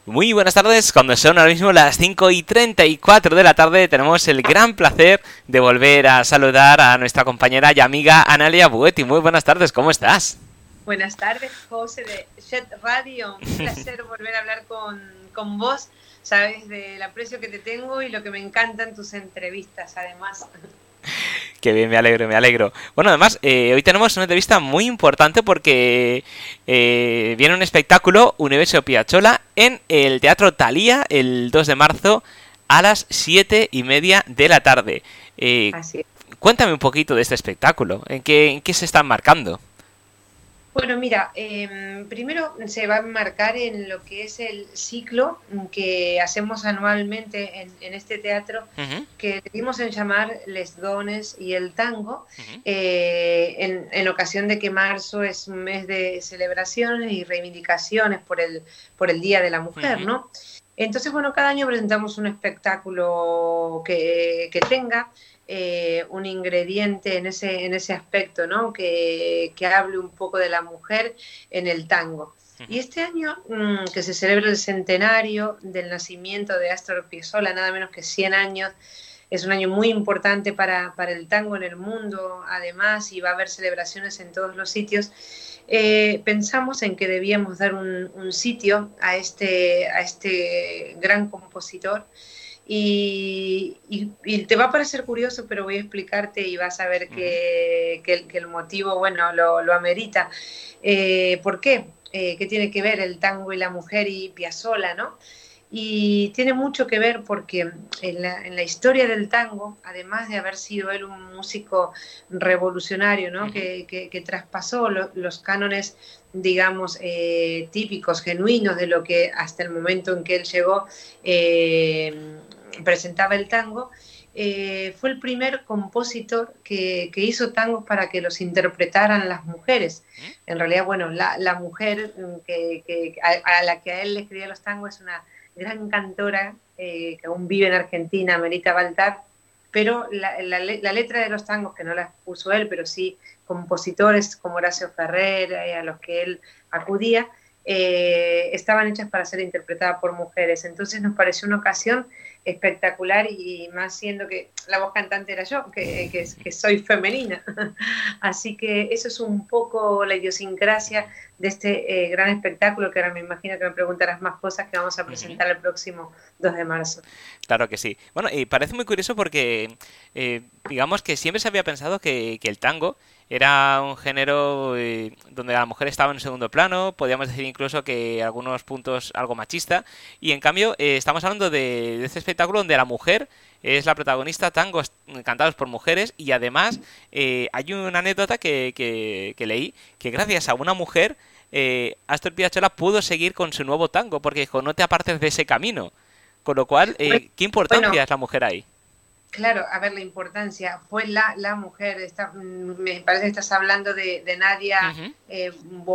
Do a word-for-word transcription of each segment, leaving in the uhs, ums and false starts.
Muy buenas tardes, cuando son ahora mismo las cinco y treinta y cuatro de la tarde tenemos el gran placer de volver a saludar a nuestra compañera y amiga Analia Buetti. Muy buenas tardes, ¿cómo estás? Buenas tardes, José de Jet Radio. Un placer volver a hablar con, con vos. Sabes del aprecio que te tengo y lo que me encantan tus entrevistas, además. Qué bien, me alegro, me alegro. Bueno, además, eh, hoy tenemos una entrevista muy importante porque eh, viene un espectáculo, Universo Piazzolla, en el Teatro Thalía el dos de marzo a las siete y media de la tarde. Eh, Así es. Cuéntame un poquito de este espectáculo, ¿en qué, en qué se están marcando? Bueno, mira, eh, primero se va a enmarcar en lo que es el ciclo que hacemos anualmente en, en este teatro, Uh-huh. que dimos en llamar Les Dones y el Tango, Uh-huh. eh, en, en ocasión de que marzo es un mes de celebraciones y reivindicaciones por el, por el Día de la Mujer, Uh-huh. ¿no? Entonces, bueno, cada año presentamos un espectáculo que, que tenga eh, un ingrediente en ese, en ese aspecto, ¿no? Que, que hable un poco de la mujer en el tango. Uh-huh. Y este año, mmm, que se celebra el centenario del nacimiento de Astor Piazzolla, nada menos que cien años, es un año muy importante para, para el tango en el mundo, además, y va a haber celebraciones en todos los sitios. Eh, pensamos en que debíamos dar un, un sitio a este, a este gran compositor y, y, y te va a parecer curioso, pero voy a explicarte y vas a ver que, que, que el motivo, bueno, lo, lo amerita. Eh, ¿Por qué? Eh, ¿Qué tiene que ver el tango y la mujer y Piazzolla, no? Y tiene mucho que ver porque en la, en la historia del tango, además de haber sido él un músico revolucionario, ¿no? Uh-huh. que, que, que traspasó lo, los cánones, digamos, eh, típicos, genuinos de lo que hasta el momento en que él llegó eh, presentaba el tango, eh, fue el primer compositor que, que hizo tangos para que los interpretaran las mujeres. En realidad, bueno, la, la mujer que, que, a, a la que a él le escribía los tangos es una gran cantora eh, que aún vive en Argentina, Melita Baltar, pero la, la, la letra de los tangos, que no las puso él, pero sí compositores como Horacio Ferrer, eh, a los que él acudía, eh, estaban hechas para ser interpretadas por mujeres. Entonces nos pareció una ocasión espectacular y más siendo que la voz cantante era yo, que, que, que soy femenina. Así que eso es un poco la idiosincrasia de este eh, gran espectáculo que ahora me imagino que me preguntarás más cosas que vamos a presentar uh-huh. el próximo dos de marzo. Claro que sí. Bueno, y parece muy curioso porque eh, digamos que siempre se había pensado que, que el tango era un género eh, donde la mujer estaba en segundo plano, podríamos decir incluso que algunos puntos algo machista, y en cambio eh, estamos hablando de, de este espectáculo donde la mujer es la protagonista, tangos cantados por mujeres, y además eh, hay una anécdota que, que, que leí, que gracias a una mujer eh, Astor Piazzolla pudo seguir con su nuevo tango, porque dijo, no te apartes de ese camino. Con lo cual, eh, ¿qué importancia bueno, es la mujer ahí? Claro, a ver, la importancia fue la, la mujer, está, me parece que estás hablando de, de Nadia uh-huh. eh,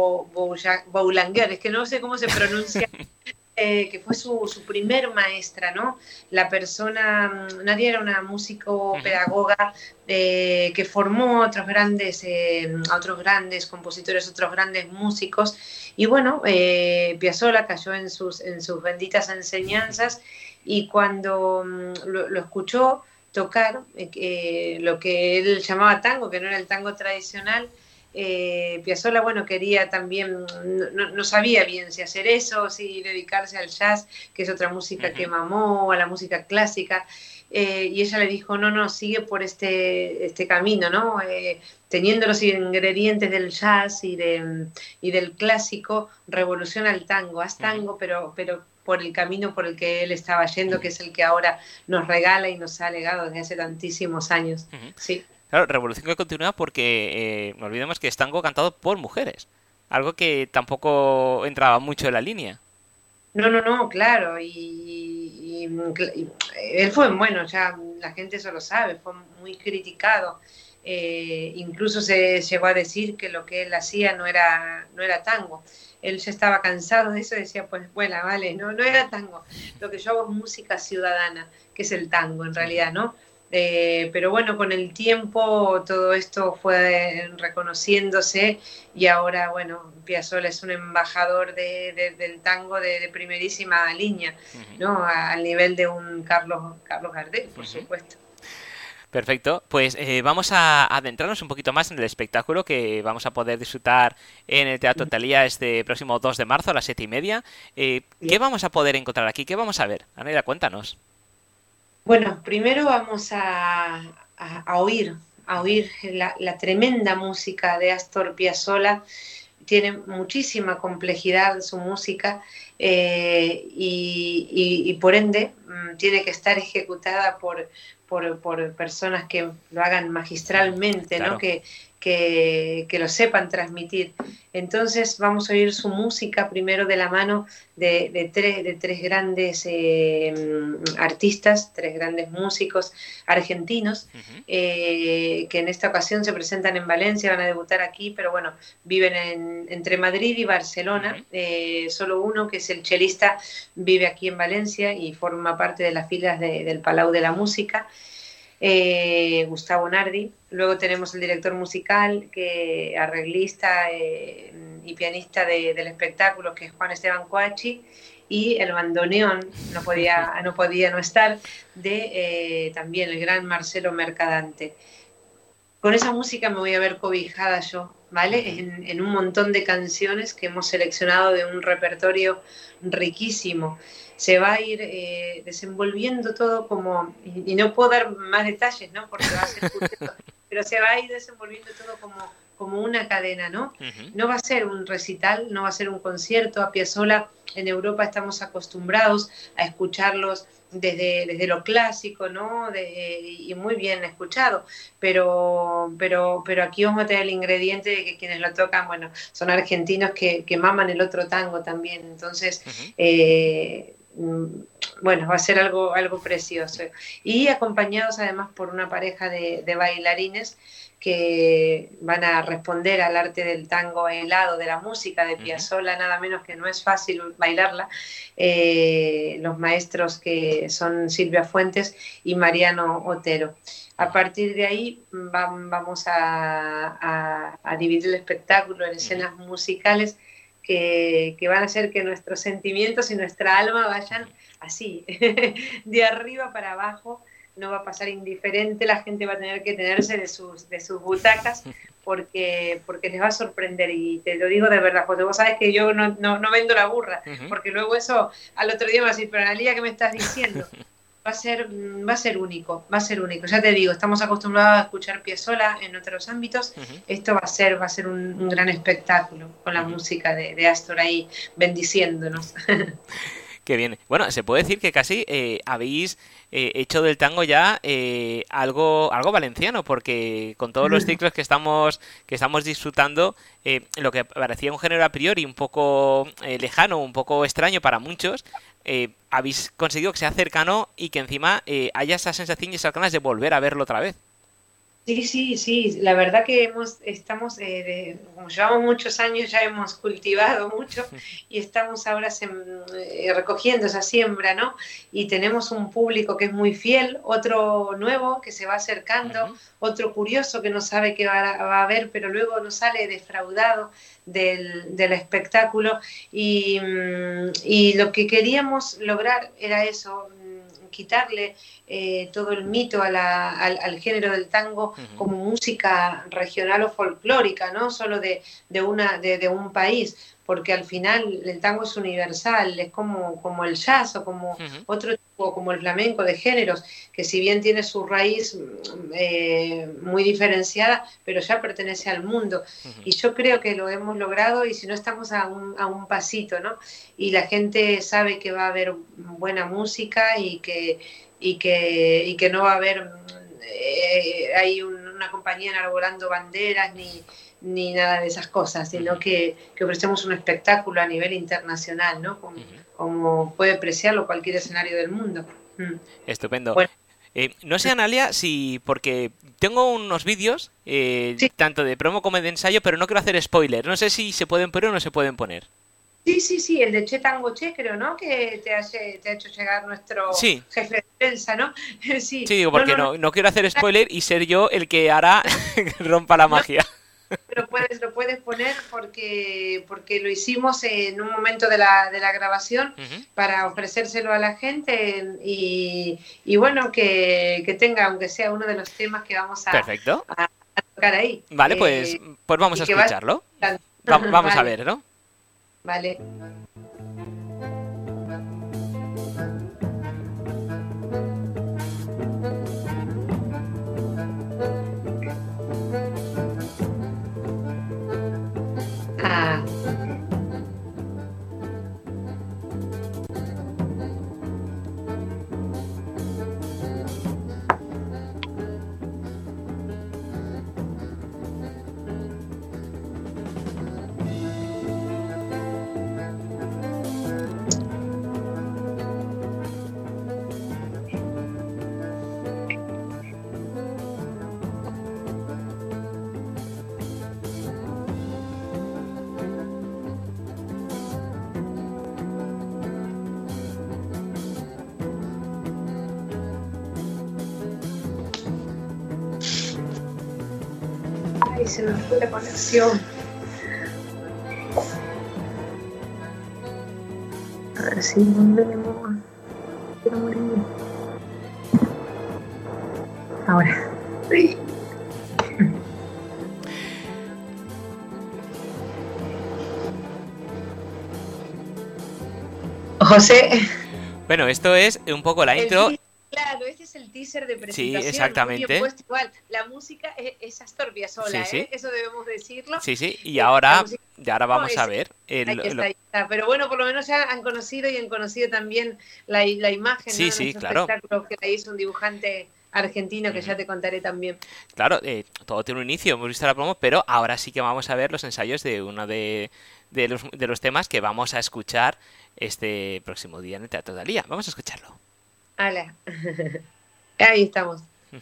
Boulanger, es que no sé cómo se pronuncia, eh, que fue su, su primer maestra, ¿no? La persona, Nadia era una músico pedagoga eh, que formó a otros grandes, eh, a otros grandes compositores, otros grandes músicos, y bueno, eh, Piazzolla cayó en sus, en sus benditas enseñanzas, y cuando um, lo, lo escuchó tocar eh, lo que él llamaba tango, que no era el tango tradicional, eh, Piazzolla, bueno, quería también, no, no sabía bien si hacer eso, si dedicarse al jazz, que es otra música uh-huh. que mamó, a la música clásica, eh, y ella le dijo, no, no, sigue por este, este camino, ¿no? Eh, teniendo los ingredientes del jazz y, de, y del clásico, revoluciona el tango, haz tango, uh-huh. pero, pero por el camino por el que él estaba yendo, que es el que ahora nos regala y nos ha legado desde hace tantísimos años. Uh-huh. Sí. Claro, revolución que continúa porque eh, no olvidemos que es tango cantado por mujeres, algo que tampoco entraba mucho en la línea. No, no, no, claro, y, y, y él fue, bueno, ya la gente eso lo sabe, fue muy criticado. Eh, incluso se llegó a decir que lo que él hacía no era, no era tango. Él ya estaba cansado de eso y decía, pues bueno, vale, no, no era tango. Lo que yo hago es música ciudadana, que es el tango en realidad, ¿no? Eh, pero bueno, con el tiempo todo esto fue reconociéndose y ahora, bueno, Piazzolla es un embajador de, de, del tango de, de primerísima línea, Uh-huh. ¿no? A, al nivel de un Carlos, Carlos Gardel, por Uh-huh. supuesto. Perfecto, pues eh, vamos a adentrarnos un poquito más en el espectáculo que vamos a poder disfrutar en el Teatro Thalía este próximo dos de marzo a las siete y media. Eh, ¿Qué vamos a poder encontrar aquí? ¿Qué vamos a ver? Aneida, cuéntanos. Bueno, primero vamos a, a, a oír, a oír la, la tremenda música de Astor Piazzolla. Tiene muchísima complejidad su música eh, y, y, y por ende mmm, tiene que estar ejecutada por, por, por personas que lo hagan magistralmente, Claro. ¿no? que, que, que lo sepan transmitir. Entonces vamos a oír su música primero de la mano de, de, tres, de tres grandes eh, artistas, tres grandes músicos argentinos, uh-huh. eh, que en esta ocasión se presentan en Valencia, van a debutar aquí, pero bueno, viven en, entre Madrid y Barcelona. Uh-huh. Eh, solo uno, que es el chelista, vive aquí en Valencia y forma parte de las filas de, del Palau de la Música. Eh, Gustavo Nardi. Luego tenemos el director musical, que arreglista eh, y pianista de, del espectáculo, que es Juan Esteban Coachi, y el bandoneón, no podía no, podía no estar, de eh, también el gran Marcelo Mercadante. Con esa música me voy a ver cobijada yo, ¿vale? En, en un montón de canciones que hemos seleccionado de un repertorio riquísimo. Se va a ir eh, desenvolviendo todo como, y, y no puedo dar más detalles, ¿no? Porque va a ser curioso, pero se va a ir desenvolviendo todo como, como una cadena, ¿no? Uh-huh. No va a ser un recital, no va a ser un concierto. A Piazzolla en Europa estamos acostumbrados a escucharlos desde, desde lo clásico, ¿no? De, y muy bien escuchado, pero, pero, pero aquí vamos a tener el ingrediente de que quienes lo tocan, bueno, son argentinos que, que maman el otro tango también, entonces, uh-huh. eh, bueno, va a ser algo, algo precioso. Y acompañados además por una pareja de, de bailarines que van a responder al arte del tango helado, de la música de Piazzolla, uh-huh. nada menos, que no es fácil bailarla. Eh, los maestros, que son Silvia Fuentes y Mariano Otero. A partir de ahí va, vamos a, a, a dividir el espectáculo en escenas uh-huh. musicales que, que van a hacer que nuestros sentimientos y nuestra alma vayan así, de arriba para abajo. No va a pasar indiferente, la gente va a tener que tenerse de sus, de sus butacas porque, porque les va a sorprender, y te lo digo de verdad, porque vos sabés que yo no, no, no vendo la burra, uh-huh. porque luego eso al otro día me va a decir, pero Analía, ¿qué me estás diciendo? Va a ser, va a ser único, va a ser único. Ya te digo, estamos acostumbrados a escuchar Piazzolla en otros ámbitos, uh-huh. esto va a ser, va a ser un, un gran espectáculo con la uh-huh. música de, de Astor ahí bendiciéndonos. Qué bien. Bueno, se puede decir que casi eh, habéis eh, hecho del tango ya eh, algo algo valenciano, porque con todos los ciclos que estamos que estamos disfrutando, eh, lo que parecía un género a priori un poco eh, lejano, un poco extraño para muchos, eh, habéis conseguido que sea cercano y que encima eh, haya esa sensación y esas ganas de volver a verlo otra vez. Sí, sí, sí, la verdad que hemos, estamos, eh, de, como llevamos muchos años, ya hemos cultivado mucho y estamos ahora sem, eh, recogiendo esa siembra, ¿no? Y tenemos un público que es muy fiel, otro nuevo que se va acercando, uh-huh. otro curioso que no sabe qué va a, va a ver, pero luego no sale defraudado del, del espectáculo, y, y lo que queríamos lograr era eso, quitarle eh, todo el mito a la, al, al género del tango uh-huh. como música regional o folclórica, no solo de, de, una, de, de un país, porque al final el tango es universal, es como, como el jazz o como uh-huh. otro tipo, como el flamenco, de géneros, que si bien tiene su raíz eh, muy diferenciada, pero ya pertenece al mundo. Uh-huh. Y yo creo que lo hemos logrado, y si no, estamos a un, a un pasito, ¿no? Y la gente sabe que va a haber buena música y que, y que, y que no va a haber eh, hay un, una compañía enarbolando banderas ni ni nada de esas cosas, sino uh-huh. que, que ofrecemos un espectáculo a nivel internacional, ¿no? Como, uh-huh. como puede apreciarlo cualquier escenario del mundo. Mm. Estupendo. Bueno. Eh, no sé, Analia, si... porque tengo unos vídeos, eh, sí. tanto de promo como de ensayo, pero no quiero hacer spoiler. No sé si se pueden poner o no se pueden poner. Sí, sí, sí, el de Che Tango Che, creo, ¿no? Que te, hace, te ha hecho llegar nuestro sí. jefe de prensa, ¿no? Sí, Sí, digo, no, porque no, no, no, no quiero hacer spoiler y ser yo el que hará rompa la no, magia. lo puedes, lo puedes poner porque, porque lo hicimos en un momento de la, de la grabación Ujú. para ofrecérselo a la gente y, y bueno, que, que tenga, aunque sea uno de los temas que vamos a, Perfecto. a- a tocar ahí. Vale, pues, Eh, pues vamos a y que va a escucharlo. estar... Va- vamos a Vale, ver, ¿no? vale. Ah, ay, se me fue la conexión. A ver si volvemos. Quiero morir. Ahora. José, Bueno, esto es un poco la el intro. teaser, claro, este es el teaser de Sí, presentación, muy bien exactamente. puesto igual. La música es, es Astor Sí, Piazzolla, sí. ¿eh? Eso debemos decirlo. Sí, sí. Y Eh, la ahora, música y ahora no, vamos a es, ver el, ahí está, lo- ahí está. Pero bueno, por lo menos ya han conocido y han conocido también la, la imagen, ¿no? Sí, De sí, nuestro claro. espectáculo que la hizo un dibujante argentino que Ujú. ya te contaré también. Claro, eh, todo tiene un inicio, hemos visto la promo, pero ahora sí que vamos a ver los ensayos de uno de, de los, de los temas que vamos a escuchar este próximo día en el Teatro Dalía. Vamos a escucharlo. Ala. Ahí estamos.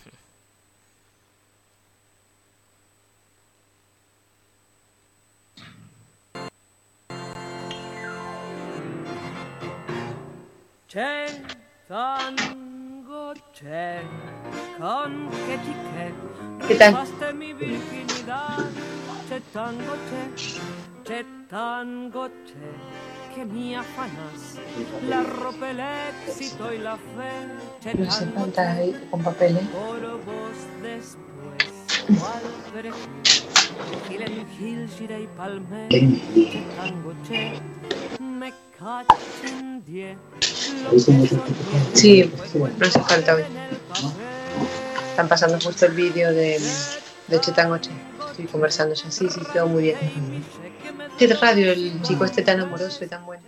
C'è tango, c'è con che ti che ¿Qué tal? bastami virginidad. C'è tango, c'è, c'è tango, c'è che mi afanas la ropa, el éxito y la fe. C'è No hace tango, falta c'è ir con papel, ¿eh? por vos después. Qual perejil, Gil en Gil, girei palme. C'è tango, c'è, me cachen die. Lo que soñé Sí, fue no hace falta hoy. en el papel. Están pasando justo el vídeo de, de Chetangoche. Estoy conversando ya. Sí, sí, quedó muy bien. Qué radio el chico este tan amoroso y tan bueno.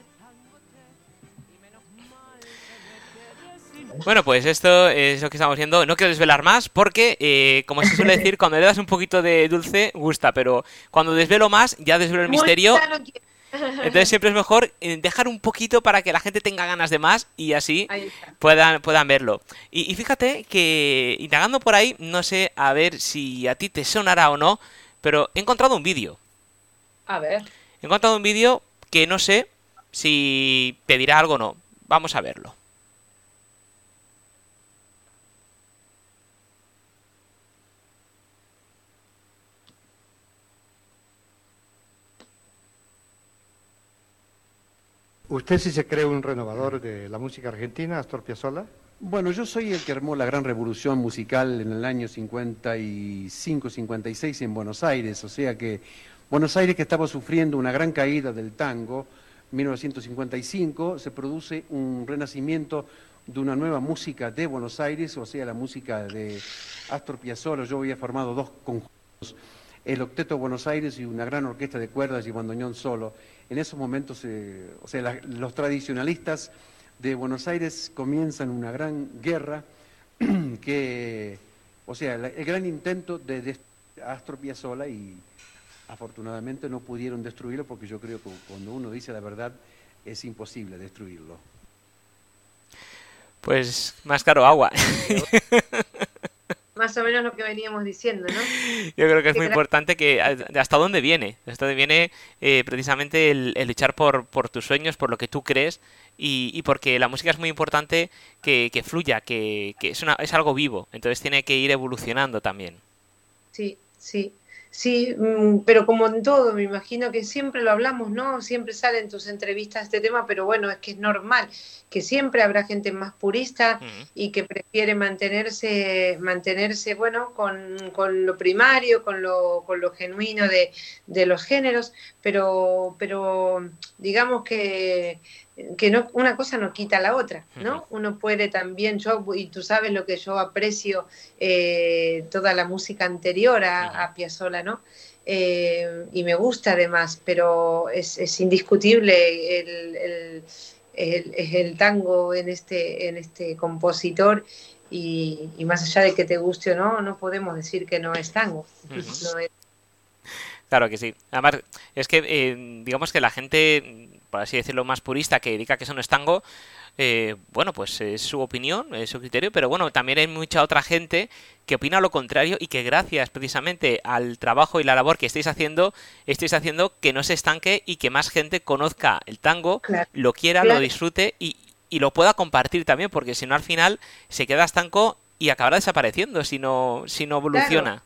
Bueno, pues esto es lo que estamos viendo. No quiero desvelar más porque, eh, como se suele decir, cuando le das un poquito de dulce, gusta, pero cuando desvelo más, ya desvelo el misterio. Muerta no quiero. Entonces siempre es mejor eh, dejar un poquito para que la gente tenga ganas de más y así Ahí está. puedan, puedan verlo. Y, y fíjate que indagando por ahí, no sé a ver si a ti te sonará o no, pero he encontrado un vídeo. A ver. He encontrado un vídeo que no sé si te dirá algo o no. Vamos a verlo. ¿Usted sí se cree un renovador de la música argentina, Astor Piazzolla? Bueno, yo soy el que armó la gran revolución musical en el año cincuenta y cinco, cincuenta y seis en Buenos Aires, o sea que Buenos Aires, que estaba sufriendo una gran caída del tango, en mil novecientos cincuenta y cinco se produce un renacimiento de una nueva música de Buenos Aires, o sea, la música de Astor Piazzolla. Yo había formado dos conjuntos, el Octeto Buenos Aires y una gran orquesta de cuerdas y bandoneón solo. En esos momentos, eh, o sea, la, los tradicionalistas de Buenos Aires comienzan una gran guerra que, o sea, la, el gran intento de destruir a Astor Piazzolla, y afortunadamente no pudieron destruirlo, porque yo creo que cuando uno dice la verdad es imposible destruirlo. Pues más caro agua. más o menos lo que veníamos diciendo, ¿no? Yo creo que es Qué muy gran- importante que a- de hasta dónde viene, hasta dónde viene eh, precisamente el, el luchar por, por tus sueños, por lo que tú crees y, y porque la música es muy importante que, que fluya, que, que es una, es algo vivo, entonces tiene que ir evolucionando también. Sí, sí, sí, mm, pero como en todo, me imagino que siempre lo hablamos, ¿no? Siempre sale en tus entrevistas este tema, pero bueno, es que es normal, que siempre habrá gente más purista Ujú. y que prefiere mantenerse, mantenerse, bueno, con, con lo primario, con lo, con lo genuino de, de los géneros, pero, pero digamos que, que no, una cosa no quita la otra, Ujú. ¿no? Uno puede también, yo, y tú sabes lo que yo aprecio, eh, toda la música anterior a, Ujú. a Piazzolla, ¿no? Eh, y me gusta además, pero es, es indiscutible el, el, el, el tango en este, en este compositor y, y más allá de que te guste o no, no podemos decir que no es tango. Ujú. No es, Claro que sí. Además, es que eh, digamos que la gente, por así decirlo, más purista que diga que eso no es tango, eh, bueno, pues es su opinión, es su criterio, pero bueno, también hay mucha otra gente que opina lo contrario y que gracias precisamente al trabajo y la labor que estáis haciendo, estáis haciendo que no se estanque y que más gente conozca el tango, claro, lo quiera, lo claro. disfrute y, y lo pueda compartir también, porque si no al final se queda estanco y acabará desapareciendo si no, si no Claro, evoluciona.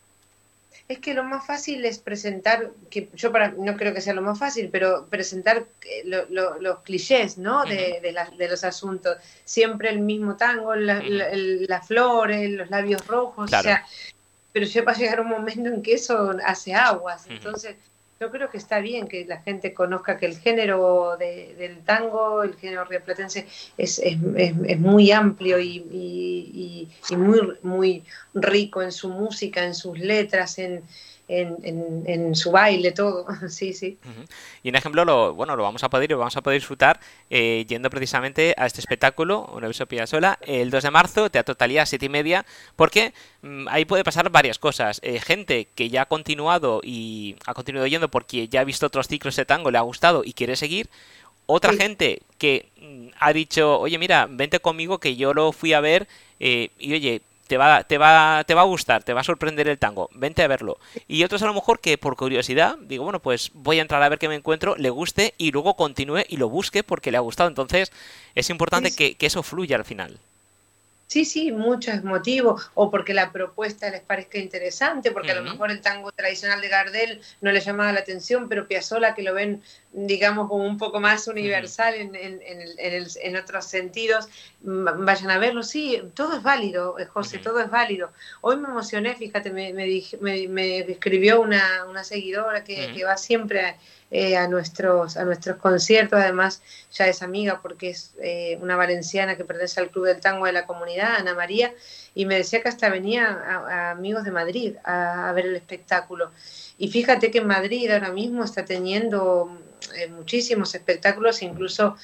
es que lo más fácil es presentar, que yo para, no creo que sea lo más fácil, pero presentar eh, lo- lo- los clichés, ¿no? Ujú. De, de, la- de los asuntos. Siempre el mismo tango, la- Ujú. la- el- las flores, los labios rojos, o Claro. sea, pero ya va a llegar un momento en que eso hace aguas. Ujú. Entonces, yo creo que está bien que la gente conozca que el género de- del tango, el género rioplatense, es, es, es- es muy amplio y, y- y- y muy, muy rico en su música, en sus letras, en, en, en- en su baile, todo. Sí, sí. Ujú. Y un ejemplo, lo, bueno, lo vamos a poder, lo vamos a poder disfrutar eh, yendo precisamente a este espectáculo, Universo Piazzolla, el dos de marzo, Teatro Thalía, siete y media, porque mm, ahí puede pasar varias cosas. Eh, gente que ya ha continuado y ha continuado yendo porque ya ha visto otros ciclos de tango, le ha gustado y quiere seguir. Otra Sí. gente que mm, ha dicho, oye, mira, vente conmigo que yo lo fui a ver eh, y oye, te va, te va, te va a gustar, te va a sorprender el tango, vente a verlo. Y otros a lo mejor que por curiosidad, digo, bueno, pues voy a entrar a ver qué me encuentro, le guste y luego continúe y lo busque porque le ha gustado. Entonces es importante Sí, que, que eso fluya al final. sí, sí, muchos motivos, o porque la propuesta les parezca interesante, porque a lo Ujú. mejor el tango tradicional de Gardel no les llamaba la atención, pero Piazzolla, que lo ven, digamos, como un poco más Ujú. universal en, en, en, el- en el- en otros sentidos, mm, vayan a verlo. Sí, todo es válido, eh, José, Ujú. todo es válido. Hoy me emocioné, fíjate, me, me, dij- me- me escribió una, una seguidora que, Ujú. que va siempre a, eh, a nuestros, a nuestros conciertos, además ya es amiga porque es eh, una valenciana que pertenece al Club del Tango de la comunidad, Ana María, y me decía que hasta venía a, a amigos de Madrid a, a ver el espectáculo. Y fíjate que en Madrid ahora mismo está teniendo eh, muchísimos espectáculos, incluso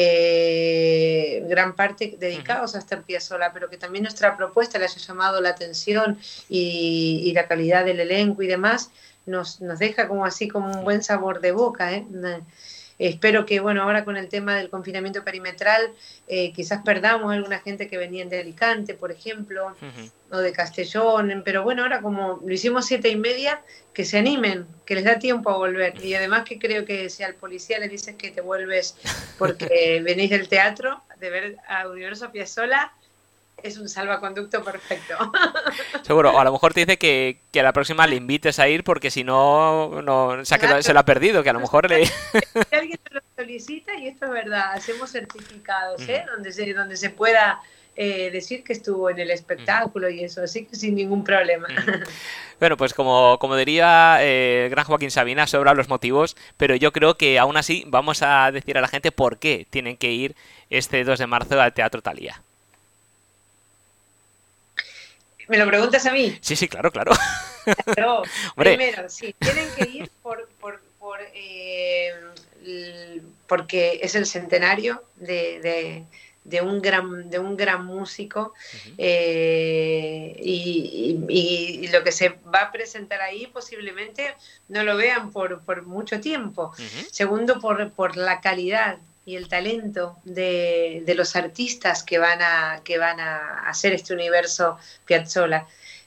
eh, gran parte Ujú. dedicados a Astor Piazzolla, pero que también nuestra propuesta le haya llamado la atención y, y la calidad del elenco y demás, nos, nos deja como así como un buen sabor de boca, ¿eh? Espero que, bueno, ahora con el tema del confinamiento perimetral, eh, quizás perdamos a alguna gente que venía de Alicante, por ejemplo, Ujú. o de Castellón, pero bueno, ahora como lo hicimos siete y media, que se animen, que les da tiempo a volver. Y además que creo que si al policía le dices que te vuelves porque venís del teatro, de ver a Universo Piazzolla, es un salvaconducto perfecto. Seguro, o a lo mejor te dice que, que a la próxima le invites a ir porque si no, no se, ha quedado- Claro. se lo ha perdido, que a lo mejor le... Si alguien te lo solicita, y esto es verdad, hacemos certificados, ¿eh? Ujú. donde, se, donde se pueda eh, decir que estuvo en el espectáculo y eso, así que sin ningún problema. Ujú. Bueno, pues como, como diría eh, el gran Joaquín Sabina, sobran los motivos, pero yo creo que aún así vamos a decir a la gente por qué tienen que ir este dos de marzo al Teatro Thalía. ¿Me lo preguntas a mí? Sí, sí, claro, claro. Pero, Hombre. primero, sí, tienen que ir por, por, por eh, l- porque es el centenario de, de, de un gran de un gran músico, Ujú. eh, y, y- y lo que se va a presentar ahí posiblemente no lo vean por, por mucho tiempo. Ujú. Segundo, por, por la calidad y el talento de, de los artistas que van a que van a hacer este universo Piazzolla.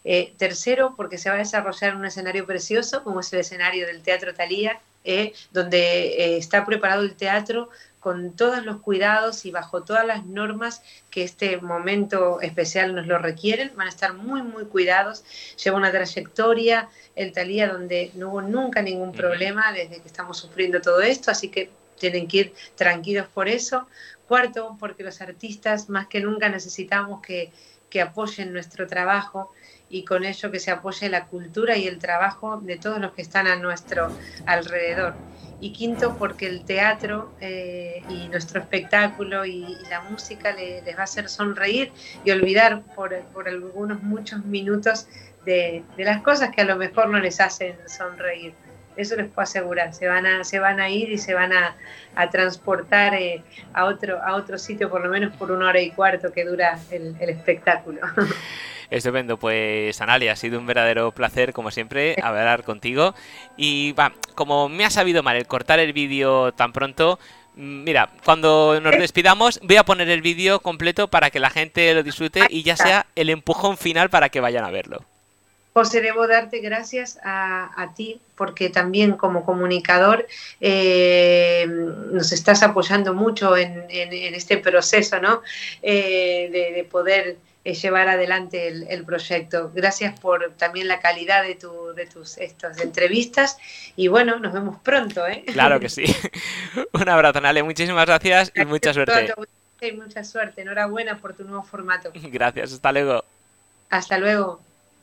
Eh, tercero, porque se va a desarrollar en un escenario precioso, como es el escenario del Teatro Thalía, eh, donde eh, está preparado el teatro con todos los cuidados y bajo todas las normas que este momento especial nos lo requieren. Van a estar muy, muy cuidados. Lleva una trayectoria el Thalía donde no hubo nunca ningún problema desde que estamos sufriendo todo esto, así que tienen que ir tranquilos por eso. Cuarto, porque los artistas más que nunca necesitamos que, que apoyen nuestro trabajo y con ello que se apoye la cultura y el trabajo de todos los que están a nuestro alrededor. Y quinto, porque el teatro eh, y nuestro espectáculo y, y la música le, les va a hacer sonreír y olvidar por, por algunos muchos minutos de, de las cosas que a lo mejor no les hacen sonreír. Eso les puedo asegurar, se van a, se van a ir y se van a, a transportar eh, a, otro, a otro sitio, por lo menos por una hora y cuarto que dura el, el espectáculo. Estupendo, pues Analia, ha sido un verdadero placer, como siempre, hablar contigo. Y va, como me ha sabido mal el cortar el vídeo tan pronto, mira, cuando nos despidamos voy a poner el vídeo completo para que la gente lo disfrute y ya sea el empujón final para que vayan a verlo. José, debo darte gracias a, a ti porque también como comunicador eh, nos estás apoyando mucho en, en, en este proceso, ¿no? Eh, de, de poder eh, llevar adelante el, el proyecto. Gracias por también la calidad de, tu, de tus estas entrevistas y bueno, nos vemos pronto, ¿eh? Claro que sí. Un abrazo, Nale. Muchísimas gracias y mucha suerte. Y mucha suerte. Enhorabuena por tu nuevo formato. Gracias. Hasta luego. Hasta luego.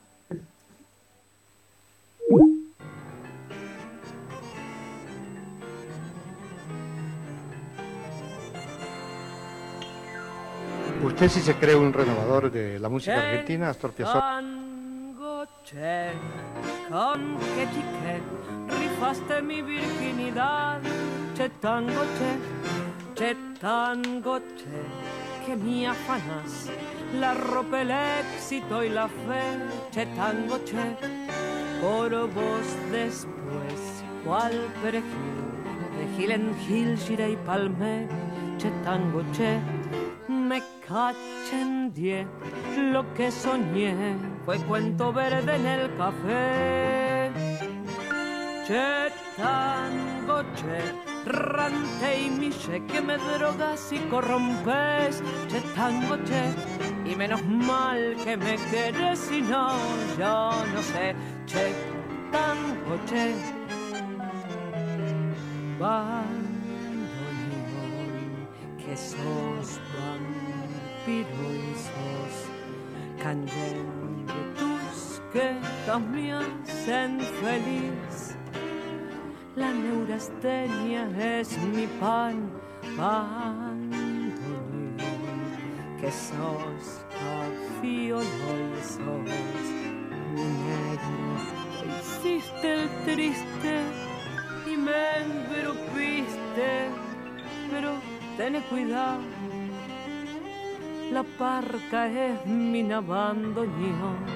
¿Usted sí se cree un renovador de la música argentina, Astor Piazzolla? Tango c'è, con che ti che rifaste mi virginidad. C'è tango c'è, c'è tango c'è, que mi afanas la ropa, el éxito y la fe. C'è tango c'è, por vos después, cual perejil, de Gil en Gil, Gira y Palmé. C'è tango c'è, me cachen die, lo que soñé fue cuento verde en el café. Che tango, che, rante y miche, que me drogas y corrompes. Che tango, che, y menos mal que me querés y no, yo no sé. Che tango, che, bandoneón, que sos vampiro y sos candén de tus que me hacen feliz. La neurastenia es mi pan, bandoneón, que sos cafiolo y sos negro. Hiciste el triste y me engrupiste, pero ten cuidado, la parca es mi bandoneón.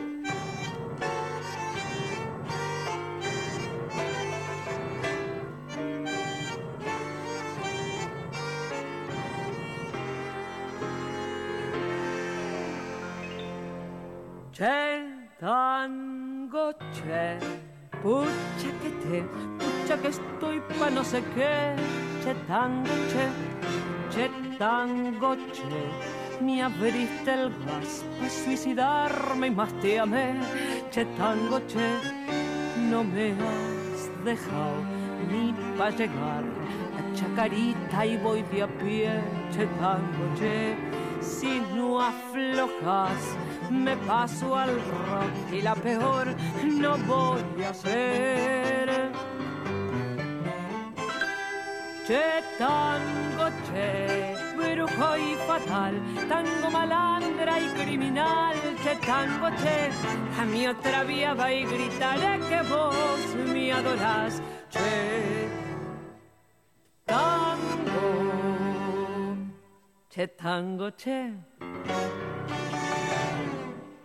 C'è tango, c'è, pucha que te, pucha que estoy pa' no sé qué. C'è tango, c'è, c'è tango, c'è, me abriste el gas pa' suicidarme y más te amé. C'è tango, c'è, no me has dejado ni pa' llegar a Chacarita y voy de a pie. C'è tango, c'è, si no aflojas me paso al rock y la peor no voy a ser. C'è tango, c'è, brujo y fatal, tango malandra y criminal. C'è tango, c'è, a mi otra vía va y gritaré que vos me adorás. C'è tango, c'è tango, c'è.